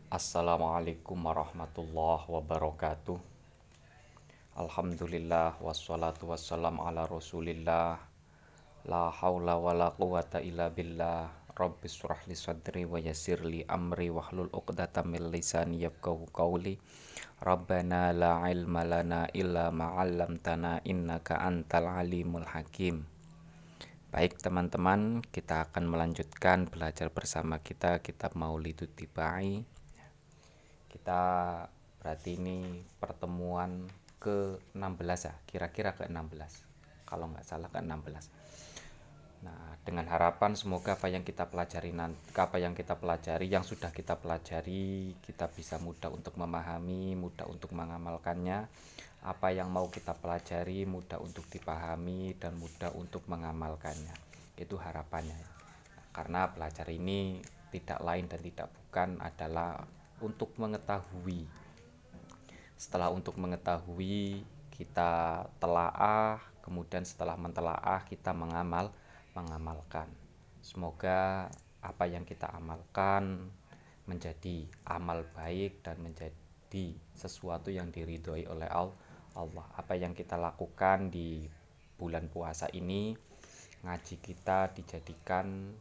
Assalamualaikum warahmatullahi wabarakatuh. Alhamdulillah wassalatu wassalam ala rasulillah. La haula wa la quwata illa billah. Rabbis surah li sadri wa yassir li amri wahlul uqdatam min lisani yafqahu qawli. Rabbana la ilma lana illa ma'allamtana innaka antal alimul hakim. Baik teman-teman, kita akan melanjutkan belajar bersama kita kitab Maulidut Tibai. Kita berarti ini pertemuan ke-16 ya, kira-kira ke-16. Kalau nggak salah ke-16. Nah, dengan harapan semoga apa yang kita pelajari yang sudah kita pelajari, kita bisa mudah untuk memahami, mudah untuk mengamalkannya. Apa yang mau kita pelajari mudah untuk dipahami dan mudah untuk mengamalkannya. Itu harapannya. Karena belajar ini tidak lain dan tidak bukan adalah untuk mengetahui. Setelah untuk mengetahui, kita telaah, kemudian setelah mentelaah kita mengamalkan. Semoga apa yang kita amalkan menjadi amal baik dan menjadi sesuatu yang diridhoi oleh Allah. Apa yang kita lakukan di bulan puasa ini, ngaji kita dijadikan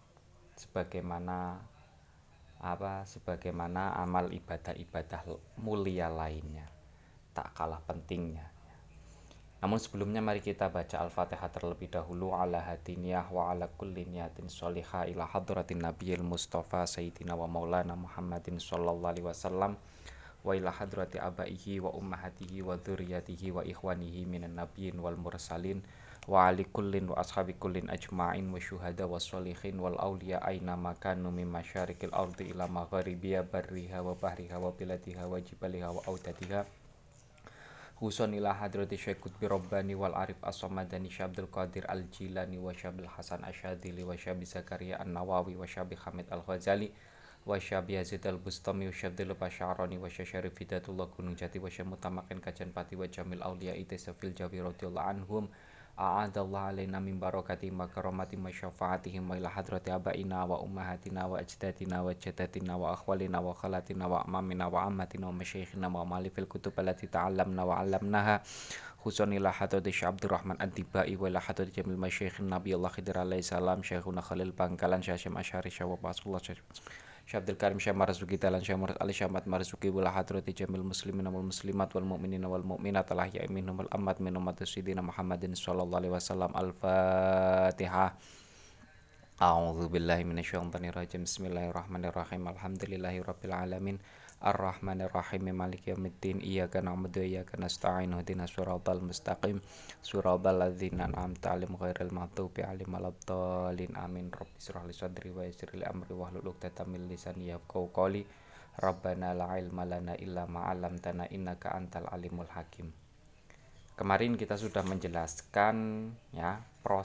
sebagaimana amal ibadah-ibadah mulia lainnya, tak kalah pentingnya. Namun sebelumnya mari kita baca Al-Fatihah terlebih dahulu. Ala hadiniyah wa ala kulli niyatin sholihah ila hadratin nabiyil mustafa sayyidina wa maulana Muhammadin sallallahu alaihi wasallam wa ila hadrati abaihi wa ummahatihi wa dzurriyyatihi wa ikhwanihi minan nabiyyin wal mursalin wa ali kullin wa ashabi kullin ajma'in wa syuhada wa sholihin wal awliya aina makanu min masyarikil ardi ila magharibiha barriha wa bahriha wa biladiha wa jibaliha wa audadiha khusun ila hadrati Syekh Qutbi Rabbani wal Arif As-Samadani Syabdul Qadir Al-Jilani wa Syabil Hasan Asyadili wa Syabi Zakaria An-Nawawi wa Syabi Hamid Al-Ghazali wa Syabi Yazid Al-Bustami wa Syabdil Basyarani wa Syarif Hidatullah Gunung Jati wa Syamutamakin Kajan Pati wa Jamil Auliya Itisafil Jawi radhiyallahu anhum a'adallahu alaina min barakati makaramati masyafaatihim wa ila hadrati abaina wa ummahatina wa ajdadina wa jaddatina wa akhwalina wa khalatina wa amamina wa ammatina wa masyayikhina wa malifil kutub allati ta'allamna wa 'allamnaha khususan ila hadrati Syekh Abdurrahman Ad-Dibai wa ila hadrati jamil masyayikhin Nabi Allah Khidir alaihi salam Syekhuna Khalil Bangkalan Syekh Syam Asy'ari Syekh Basullah Syekh Abdul Karim Syekh Marzuki Dalan Syekh Murad Ali Syahmat Marzuki wala hadrati jamil muslimin wal muslimat wal mu'minina wal mu'minat al ahya'i minhum wal amwat min ummatis sayyidina Muhammadin sallallahu alaihi wasallam. Al-Fatihah. A'udzu billahi minasyaitonir rajim. Bismillahirrahmanirrahim. Alhamdulillahirabbil alamin. Ar-Rahmanir Rahim Maliki yaumiddin. Iyyaka na'budu wa iyyaka nasta'in. Ihdinas siratal mustaqim. Siratal ladzina an'amta 'alaihim ghairil maghdubi 'alaihim waladdallin. Amin. Rabbi shrah li sadri wa yassir li amri wahlul 'uqdatam min lisani yafqahu qawli. Rabbana la ilma lana illa ma 'allamtana innaka antal alimul hakim. Kemarin kita sudah menjelaskan ya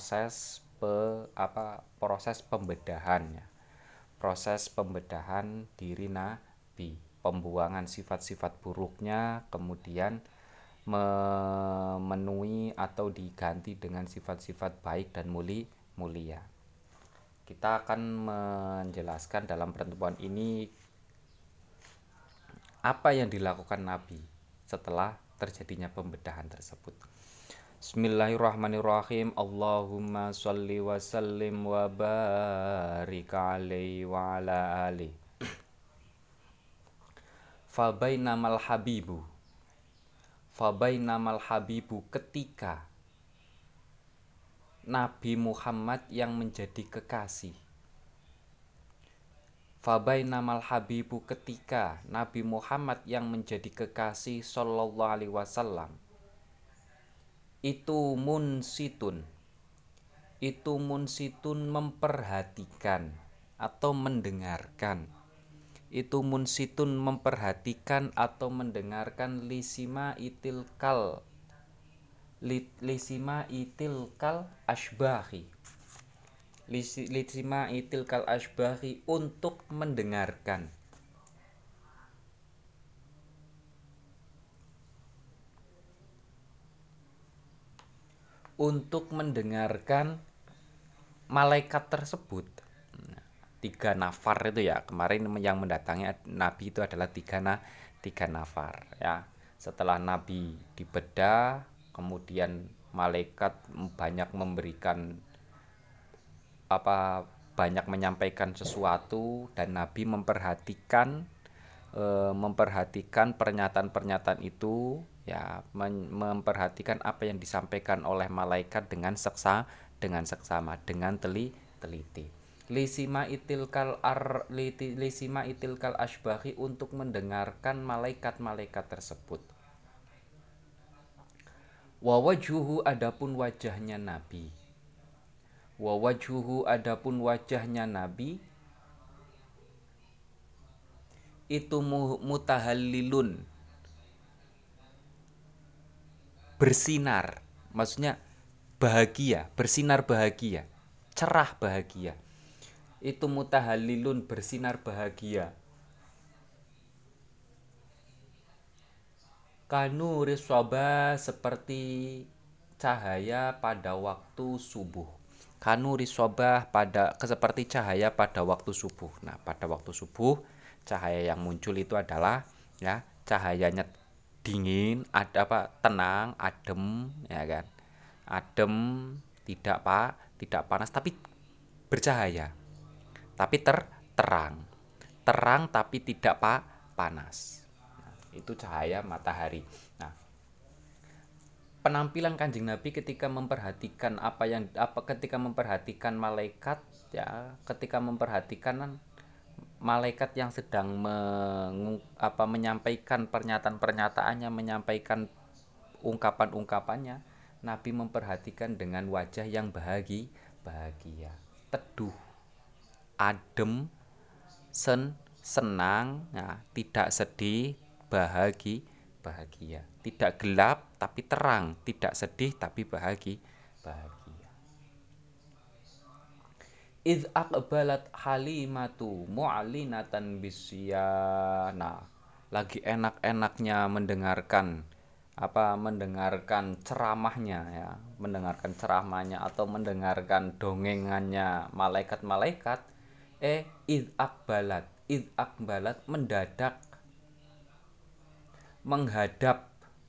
proses pembedahan ya. Proses pembedahan diri Nabi, pembuangan sifat-sifat buruknya, kemudian memenuhi atau diganti dengan sifat-sifat baik dan mulia. Kita akan menjelaskan dalam pertemuan ini apa yang dilakukan Nabi setelah terjadinya pembedahan tersebut. Bismillahirrahmanirrahim. Allahumma sholli wa sallim wa barik alaihi wa ala alihi. Fabainamal habibu ketika Nabi Muhammad yang menjadi kekasih. Fabainamal habibu ketika Nabi Muhammad yang menjadi kekasih sallallahu alaihi wasallam itu munsitun memperhatikan atau mendengarkan. Itu munsitun memperhatikan atau mendengarkan lisima itilkal asbahi. Lisima itilkal asbahi untuk mendengarkan. Untuk mendengarkan malaikat tersebut. tiga nafar itu ya. Kemarin yang mendatangi Nabi itu adalah tiga nafar ya. Setelah Nabi dibedah, kemudian malaikat banyak memberikan banyak menyampaikan sesuatu dan Nabi memperhatikan pernyataan-pernyataan itu ya, memperhatikan apa yang disampaikan oleh malaikat dengan seksama, dengan teliti. Lisima itilkal asbahi, untuk mendengarkan malaikat-malaikat tersebut. Wawajuhu, adapun wajahnya Nabi. Wawajuhu, adapun wajahnya Nabi itu mutahallilun, bersinar, maksudnya bahagia, bersinar bahagia, cerah bahagia. Itu mutahallilun, bersinar bahagia. Kanuri soba, seperti cahaya pada waktu subuh. Kanuri sobah, seperti cahaya pada waktu subuh. Nah, pada waktu subuh cahaya yang muncul itu adalah ya, cahayanya dingin, tenang, adem, ya kan. Adem, tidak panas, tapi bercahaya. Tapi terang. Terang tapi tidak panas. Nah, itu cahaya matahari. Nah, penampilan Kanjeng Nabi ketika memperhatikan ketika memperhatikan malaikat ya, ketika memperhatikan malaikat yang sedang menyampaikan pernyataan-pernyataannya, menyampaikan ungkapan-ungkapannya, Nabi memperhatikan dengan wajah yang bahagia, teduh, adem, senang, ya, tidak sedih, bahagia, tidak gelap tapi terang, tidak sedih tapi bahagia. Idh aqbalat halimatu mu'linatan bisyana. Lagi enak-enaknya mendengarkan ceramahnya ya, mendengarkan ceramahnya atau mendengarkan dongengannya malaikat-malaikat. Idh aqbalat, mendadak menghadap.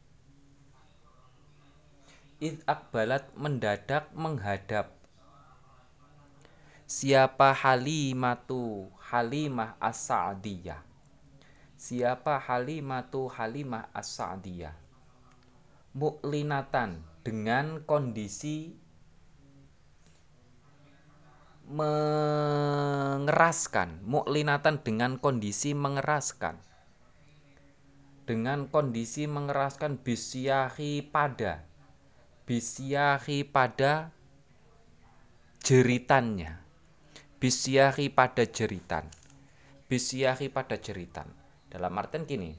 Idh aqbalat, mendadak menghadap. Siapa Halimah As-Sa'diyah? Siapa Halimah As-Sa'diyah? Mu'linatan, dengan kondisi mengeraskan. Mu'linatan, dengan kondisi mengeraskan. Dengan kondisi mengeraskan, bisyahi pada jeritannya. Bisyahi pada jeritan. Dalam artian gini,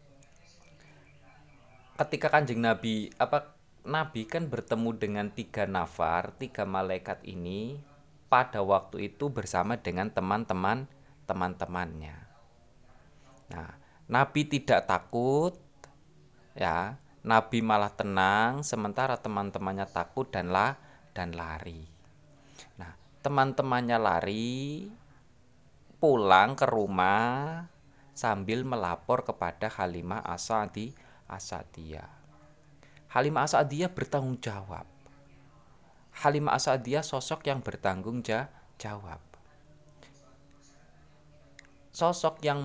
ketika Kanjeng Nabi kan bertemu dengan tiga malaikat ini pada waktu itu bersama dengan teman-temannya. Nah, Nabi tidak takut ya, Nabi malah tenang, sementara teman-temannya takut dan lari. Nah, teman-temannya lari pulang ke rumah sambil melapor kepada Halimah As-Sa'diyah. Halimah As-Sa'diyah bertanggung jawab. Halimah As-Sa'diyah sosok yang bertanggung jawab. Sosok yang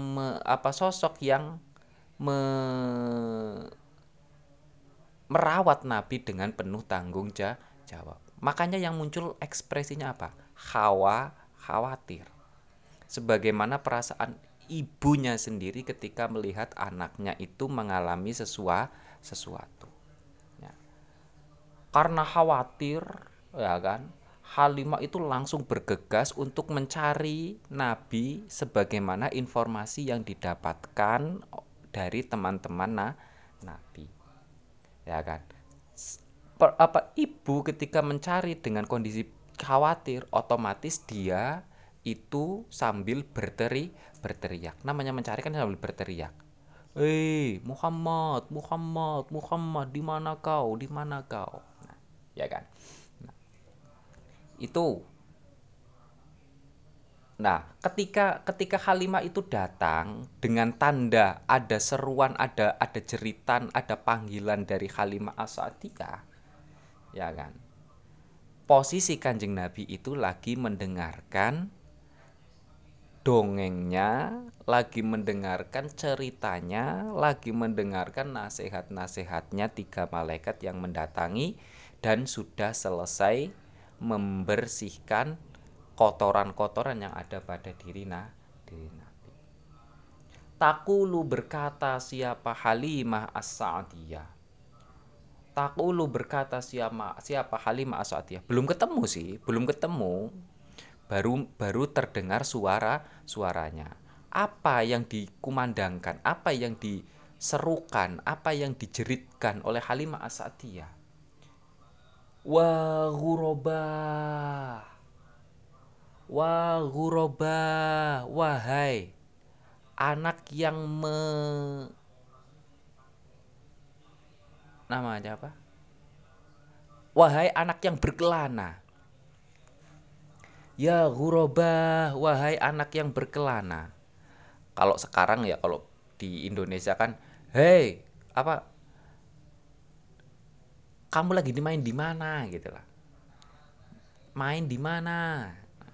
merawat Nabi dengan penuh tanggung jawab. Makanya yang muncul ekspresinya apa? Khawatir. Sebagaimana perasaan ibunya sendiri ketika melihat anaknya itu mengalami sesuatu. Ya. Karena khawatir, ya kan, Halimah itu langsung bergegas untuk mencari Nabi sebagaimana informasi yang didapatkan dari teman-teman Nabi. Ya kan. Ibu ketika mencari dengan kondisi khawatir, otomatis dia itu sambil berteriak. Namanya mencari kan sambil berteriak. Muhammad, di mana kau? Nah, ya kan. Nah, itu Nah, ketika Halimah itu datang dengan tanda ada seruan, ada jeritan, ada panggilan dari Halimah As-Sa'diyah, ya kan? Posisi Kanjeng Nabi itu lagi mendengarkan dongengnya, lagi mendengarkan ceritanya, lagi mendengarkan nasihat-nasihatnya tiga malaikat yang mendatangi dan sudah selesai membersihkan kotoran-kotoran yang ada pada diri Nabi. Takulu berkata siapa Halimah As-Sa'diyah. Takulu berkata siapa Halimah As-Sa'diyah. Belum ketemu sih, belum ketemu. Baru terdengar suaranya. Apa yang dikumandangkan, apa yang diserukan, apa yang dijeritkan oleh Halimah As-Sa'diyah. Wa ghuraba, wahai anak yang namanya apa? Wahai anak yang berkelana. Ya ghuraba, wahai anak yang berkelana. Kalau sekarang ya, kalau di Indonesia kan, hei, apa? Kamu lagi main di mana gitu lah. Main di mana?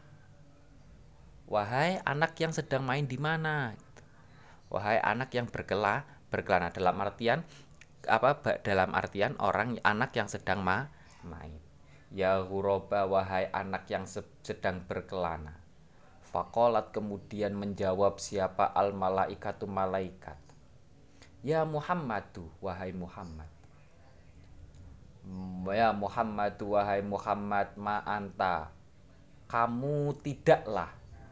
Wahai anak yang sedang main di mana? Wahai anak yang berkelana dalam artian apa? Dalam artian orang anak yang sedang main. Ya ghuraba, wahai anak yang sedang berkelana. Fakolat kemudian menjawab siapa al malaikatu malaikat. Ya Muhammadu, wahai Muhammad. Ya Muhammadu, wahai Muhammad, ma anta. Kamu tidaklah.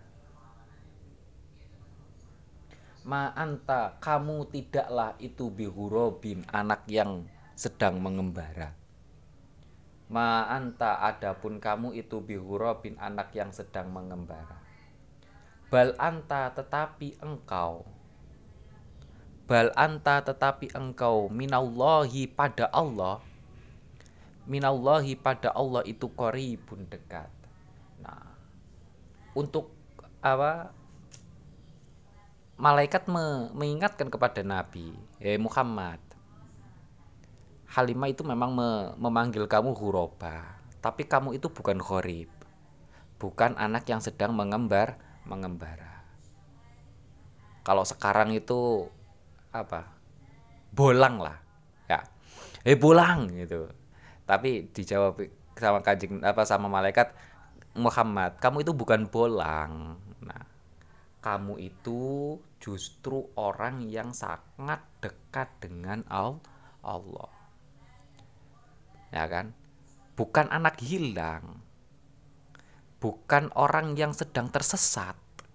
Ma anta, kamu tidaklah itu bihurobin, anak yang sedang mengembara. Ma anta, adapun kamu itu bihurobin, anak yang sedang mengembara. Bal anta, tetapi engkau. Bal anta, tetapi engkau. Minallahi, pada Allah. Minallahi, pada Allah itu qaribun, dekat. Nah, untuk apa? Malaikat mengingatkan kepada Nabi, Muhammad, Halimah itu memang memanggil kamu Huroba, tapi kamu itu bukan Khorib, bukan anak yang sedang mengembara. Kalau sekarang itu apa? Bolang lah, ya, bolang gitu. Tapi dijawab sama kanjeng apa sama malaikat, Muhammad, kamu itu bukan bolang. Nah, kamu itu justru orang yang sangat dekat dengan Allah. Ya kan? Bukan anak hilang. Bukan orang yang sedang tersesat.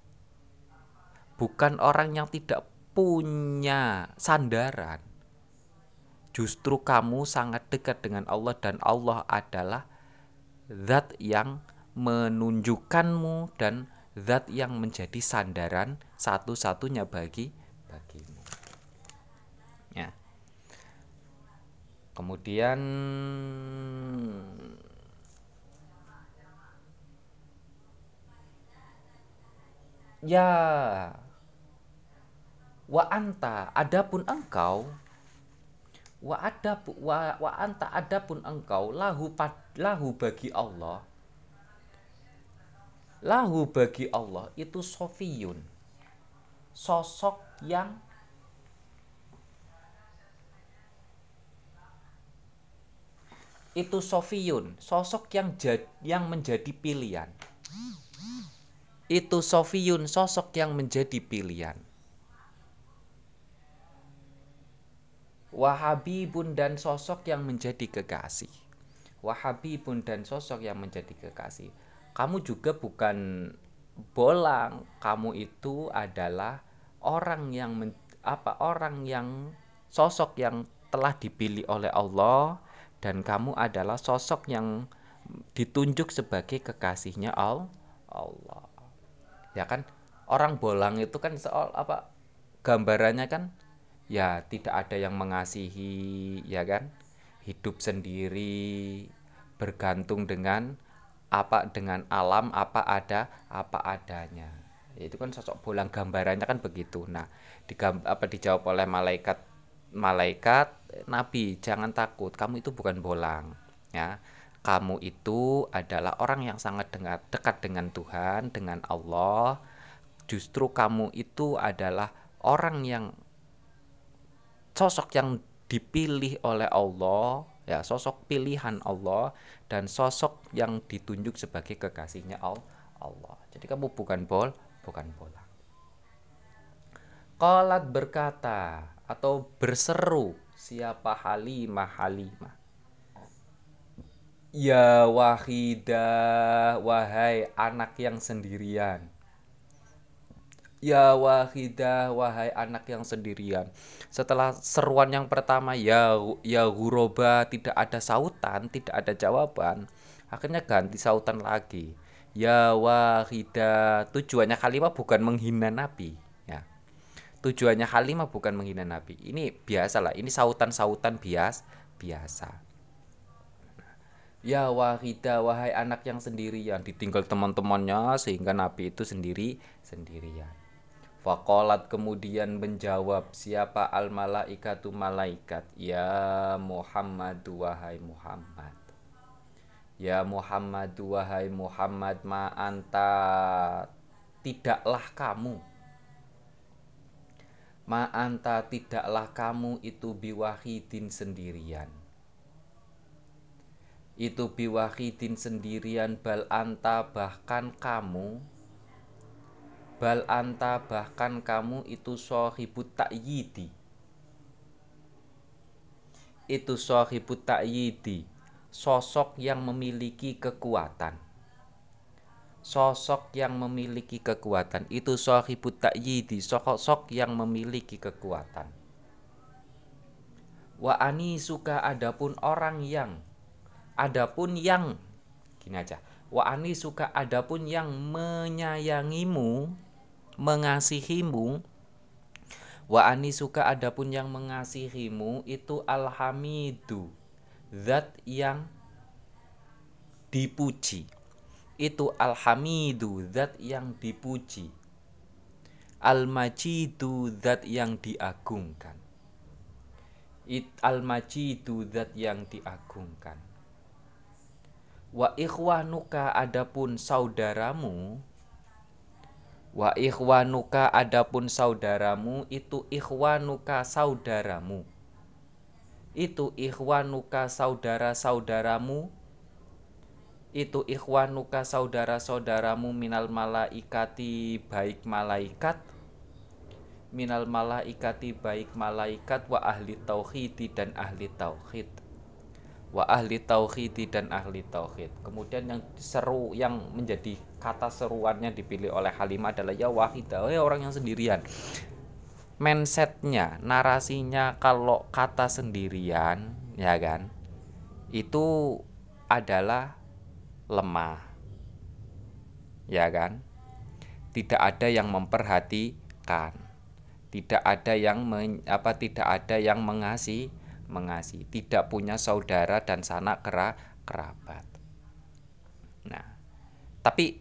Bukan orang yang tidak punya sandaran. Justru kamu sangat dekat dengan Allah dan Allah adalah zat yang menunjukkanmu dan zat yang menjadi sandaran satu-satunya bagimu. Ya. Kemudian ya wa anta, adapun engkau, wa anta, adapun engkau lahu bagi Allah, lahu bagi Allah itu sofiyun, sosok yang itu sofiyun, sosok yang menjadi pilihan. Itu sofiyun, sosok yang menjadi pilihan. Wahabibun, dan sosok yang menjadi kekasih. Wahabibun, dan sosok yang menjadi kekasih. Kamu juga bukan bolang, kamu itu adalah orang yang orang yang sosok yang telah dipilih oleh Allah, dan kamu adalah sosok yang ditunjuk sebagai kekasihnya Allah. Ya kan? Orang bolang itu kan soal apa? Gambarannya kan ya tidak ada yang mengasihi, ya kan? Hidup sendiri, bergantung dengan apa dengan alam apa adanya. Itu kan sosok bolang, gambarannya kan begitu. Nah, dijawab oleh malaikat, Nabi, jangan takut, kamu itu bukan bolang, ya. Kamu itu adalah orang yang sangat dekat dengan Tuhan, dengan Allah. Justru kamu itu adalah orang yang sosok yang dipilih oleh Allah, ya, sosok pilihan Allah dan sosok yang ditunjuk sebagai kekasihnya Allah. Jadi kamu bukan bola. Qalat berkata atau berseru siapa Halimah. Ya wahidah, wahai anak yang sendirian. Ya wahidah, wahai anak yang sendirian. Setelah seruan yang pertama, ya guroba, tidak ada sautan, tidak ada jawaban. Akhirnya ganti sautan lagi. Ya wahidah. Tujuannya Halimah bukan menghina Nabi, ya. Tujuannya Halimah bukan menghina Nabi. Ini biasalah, ini sautan-sautan biasa. Ya wahidah, wahai anak yang sendirian, ditinggal teman-temannya sehingga Nabi itu sendirian. Faqalat, kemudian menjawab siapa al malaikatu, malaikat, ya Muhammad, wahai Muhammad. Ya Muhammad, wahai Muhammad, ma anta, tidaklah kamu. Ma anta, tidaklah kamu itu biwahidin sendirian. Itu biwahidin sendirian, bal anta, bahkan kamu. Bal anta, bahkan kamu itu sohibut ta'yidi. Itu sohibut ta'yidi, sosok yang memiliki kekuatan. Sosok yang memiliki kekuatan. Itu sohibut ta'yidi, sosok yang memiliki kekuatan. Wa ani suka, adapun gini aja. Wa ani suka, adapun yang menyayangimu, mengasihimu. Wa ani suka, adapun yang mengasihimu itu alhamidu, zat yang dipuji. Itu alhamidu, zat yang dipuji. Al-majidu, zat yang diagungkan. Al-majidu, zat yang diagungkan. Wa ikhwanuka, adapun saudaramu. Wa ikhwanuka, adapun saudaramu, itu ikhwanuka, saudaramu. Itu ikhwanuka, saudara-saudaramu. Itu ikhwanuka, saudara-saudaramu, minal malaikati, baik malaikat. Minal malaikati, baik malaikat, wa ahli tauhidi, dan ahli tauhid. Wa ahli tauhidi, dan ahli tauhid. Kemudian yang menjadi kata seruannya dipilih oleh Halimah adalah ya wahidah, orang yang sendirian. Mindsetnya, narasinya kalau kata sendirian, ya kan, itu adalah lemah, ya kan. Tidak ada yang memperhatikan, tidak ada yang mengasihi, tidak punya saudara dan sanak kerabat. Nah, tapi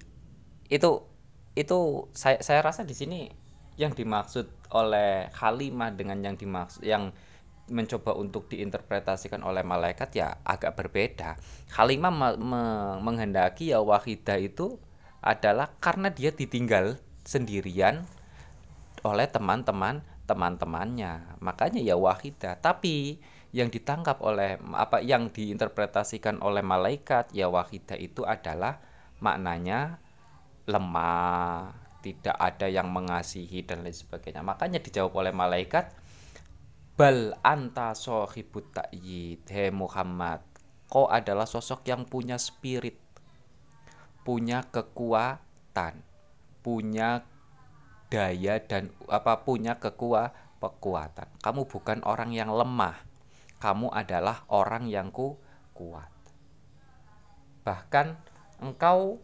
itu saya rasa di sini yang dimaksud oleh Halimah dengan yang mencoba untuk diinterpretasikan oleh malaikat ya agak berbeda. Halimah menghendaki ya wahidah itu adalah karena dia ditinggal sendirian oleh teman-temannya. Makanya ya wahidah. Tapi yang ditangkap oleh yang diinterpretasikan oleh malaikat ya wahidah itu adalah maknanya lemah, tidak ada yang mengasihi dan lain sebagainya. Makanya dijawab oleh malaikat, bal anta sohibut ta'yid, he Muhammad, kau adalah sosok yang punya spirit, punya kekuatan, punya daya dan punya kekuatan. Kamu bukan orang yang lemah, kamu adalah orang yang kuat. Bahkan engkau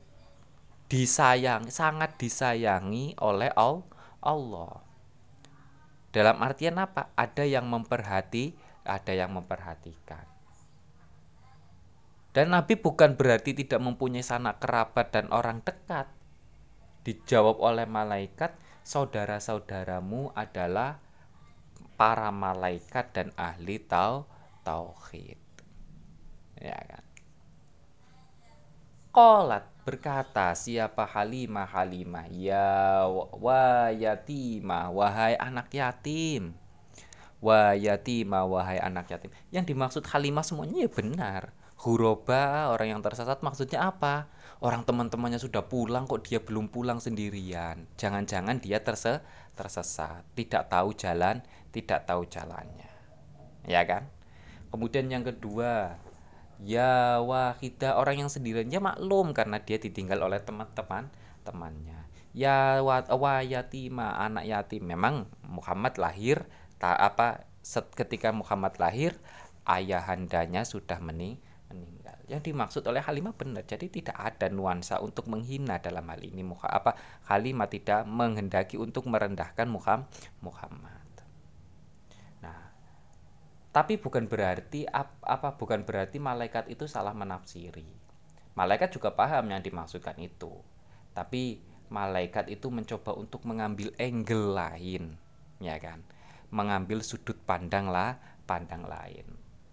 sangat disayangi oleh Allah. Dalam artian apa? Ada yang memperhatikan. Dan Nabi bukan berarti tidak mempunyai sanak kerabat dan orang dekat. Dijawab oleh malaikat, saudara-saudaramu adalah para malaikat dan ahli tauhid. Ya kan? Qalat berkata siapa Halimah, ya wa yatimah, wahai anak yatim. Wa yatimah, wahai anak yatim. Yang dimaksud Halimah semuanya ya benar. Huroba, orang yang tersesat, maksudnya apa? Orang teman-temannya sudah pulang kok dia belum pulang sendirian. Jangan-jangan dia tersesat, tidak tahu jalannya. Ya kan? Kemudian yang kedua, ya wahida, orang yang sendirian, ya maklum karena dia ditinggal oleh temannya. Ya wa yatima, anak yatim. Memang Muhammad lahir ketika Muhammad lahir ayahandanya sudah meninggal. Yang dimaksud oleh Halimah benar. Jadi tidak ada nuansa untuk menghina dalam hal ini. Halimah tidak menghendaki untuk merendahkan Muhammad. Nah, tapi bukan berarti malaikat itu salah menafsiri. Malaikat juga paham yang dimaksudkan itu. Tapi malaikat itu mencoba untuk mengambil angle lain, ya kan? Mengambil sudut pandang lain.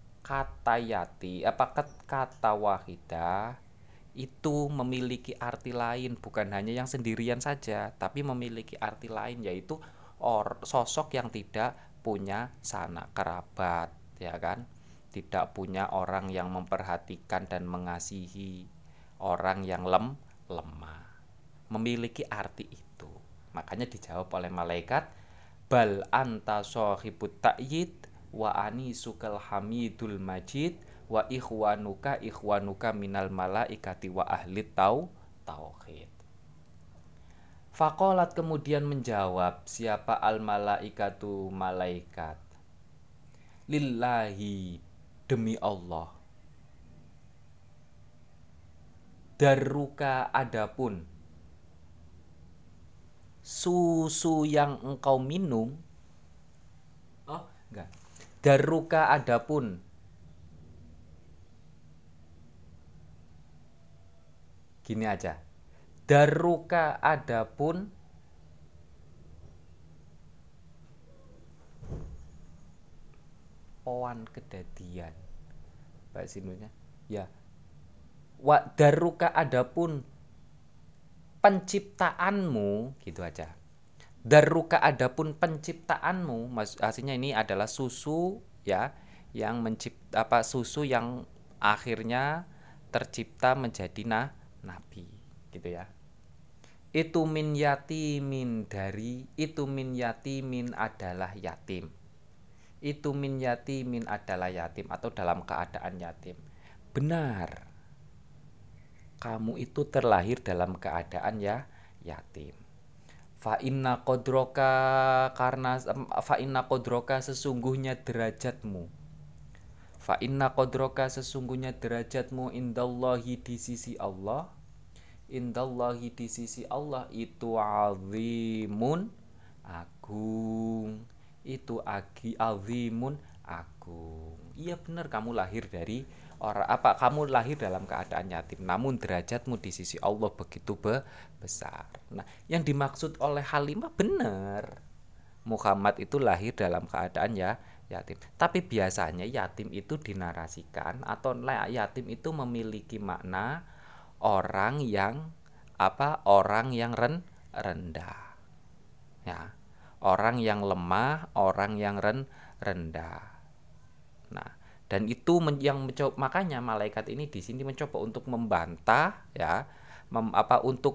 Kata wahidah itu memiliki arti lain, bukan hanya yang sendirian saja, tapi memiliki arti lain, yaitu sosok yang tidak punya sanak kerabat, ya kan? Tidak punya orang yang memperhatikan dan mengasihi, orang yang lemah. Memiliki arti itu. Makanya dijawab oleh malaikat, bal anta sahibut ta'yid wa anisukal hamidul majid wa ikhwanuka minal malaikati wa ahli tauhid. Fakolat kemudian menjawab siapa al malaikatu malaikat, lillahi, demi Allah, darruka adapun susu yang engkau minum. Oh enggak, darruka adapun, gini aja, darruka adapun owan kedadian bahasa Indonesia ya, wa darruka adapun penciptaanmu, gitu aja. Darruka adapun penciptaanmu, aslinya ini adalah susu ya, yang susu yang akhirnya tercipta menjadi nabi, gitu ya. Itu min yatimin adalah yatim. Itu min yatimin adalah yatim atau dalam keadaan yatim. Benar. Kamu itu terlahir dalam keadaan ya yatim. Fa inna qadroka sesungguhnya derajatmu. Fa inna qadroka sesungguhnya derajatmu indallahi di sisi Allah. Indallahi di sisi Allah itu azimun, agung. Itu azimun, agung. Iya benar, kamu lahir dari kamu lahir dalam keadaan yatim, namun derajatmu di sisi Allah begitu besar. Nah, yang dimaksud oleh Halimah benar. Muhammad itu lahir dalam keadaan ya yatim. Tapi biasanya yatim itu dinarasikan atau yatim itu memiliki makna orang yang rendah. Ya. Orang yang lemah, orang yang rendah. Nah, dan itu makanya malaikat ini di sini mencoba untuk membantah ya, untuk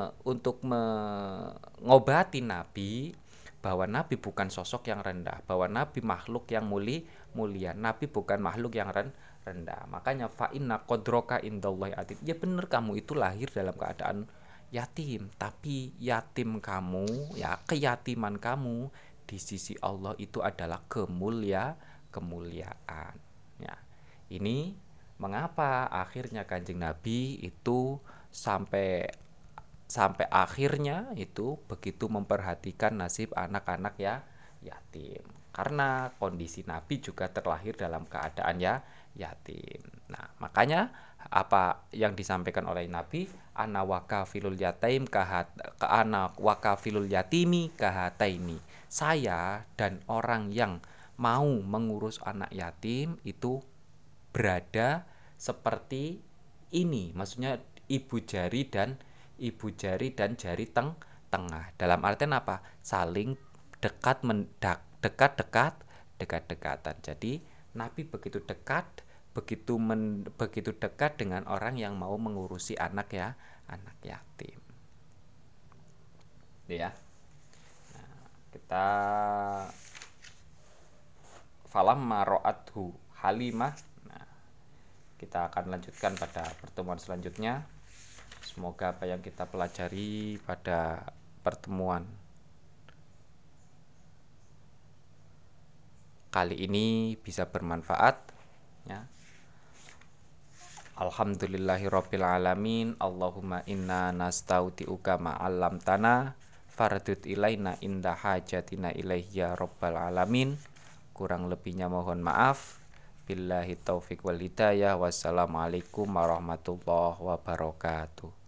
mengobati Nabi bahwa Nabi bukan sosok yang rendah, bahwa Nabi makhluk yang mulia. Nabi bukan makhluk yang rendah. Makanya fa inna qadroka indallahi atim. Ya benar, kamu itu lahir dalam keadaan yatim, tapi yatim kamu ya, keyatiman kamu di sisi Allah itu adalah kemuliaan. Ya, ini mengapa akhirnya Kanjeng Nabi itu sampai akhirnya itu begitu memperhatikan nasib anak-anak ya yatim. Karena kondisi Nabi juga terlahir dalam keadaan yatim. Nah, makanya apa yang disampaikan oleh Nabi, ana wakafilul yatim ana wakafilul yatimi kahataini. Saya dan orang yang mau mengurus anak yatim itu berada seperti ini. Maksudnya ibu jari dan jari tengah. Dalam artian apa? Saling dekat-dekatan. Jadi Nabi begitu dekat, begitu dekat dengan orang yang mau mengurusi anak yatim. Ya. Nah, kita falamma ra'athu Halimah. Nah, kita akan lanjutkan pada pertemuan selanjutnya. Semoga apa yang kita pelajari pada pertemuan kali ini bisa bermanfaat ya. Alhamdulillahirabbil alamin. Allahumma inna nastaudiuka ma 'allamtana fardud ilaina inda hajatina ilaihi ya rabbal alamin. Kurang lebihnya mohon maaf. Billahi taufik wal hidayah. Wassalamualaikum warahmatullahi wabarakatuh.